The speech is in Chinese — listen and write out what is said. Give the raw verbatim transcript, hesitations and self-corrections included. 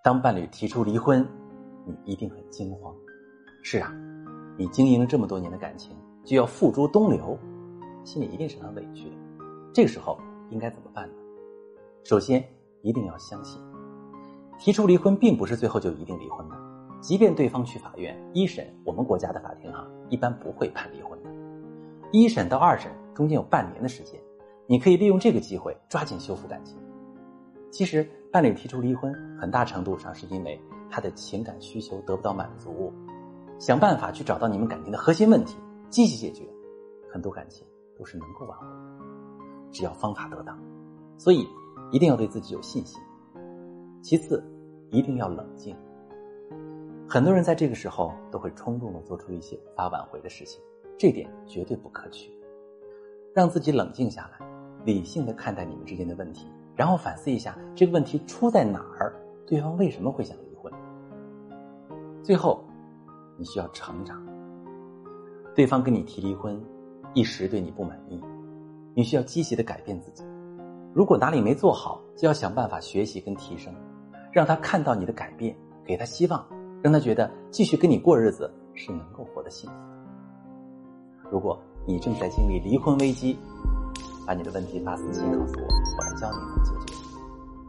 当伴侣提出离婚，你一定很惊慌。是啊，你经营了这么多年的感情，就要付诸东流，心里一定是很委屈的。这个时候应该怎么办呢？首先，一定要相信，提出离婚并不是最后就一定离婚的。即便对方去法院一审，我们国家的法庭啊，一般不会判离婚的。一审到二审中间有半年的时间，你可以利用这个机会抓紧修复感情。其实伴侣提出离婚，很大程度上是因为他的情感需求得不到满足，想办法去找到你们感情的核心问题，积极解决，很多感情都是能够挽回的，只要方法得当。所以一定要对自己有信心。其次，一定要冷静。很多人在这个时候都会冲动地做出一些无法挽回的事情，这点绝对不可取。让自己冷静下来，理性地看待你们之间的问题，然后反思一下这个问题出在哪儿，对方为什么会想离婚。最后，你需要成长。对方跟你提离婚，一时对你不满意，你需要积极地改变自己。如果哪里没做好，就要想办法学习跟提升，让他看到你的改变，给他希望，让他觉得继续跟你过日子是能够活得幸福的。如果你正在经历离婚危机，把你的问题发私信告诉我，我来教你怎么解决。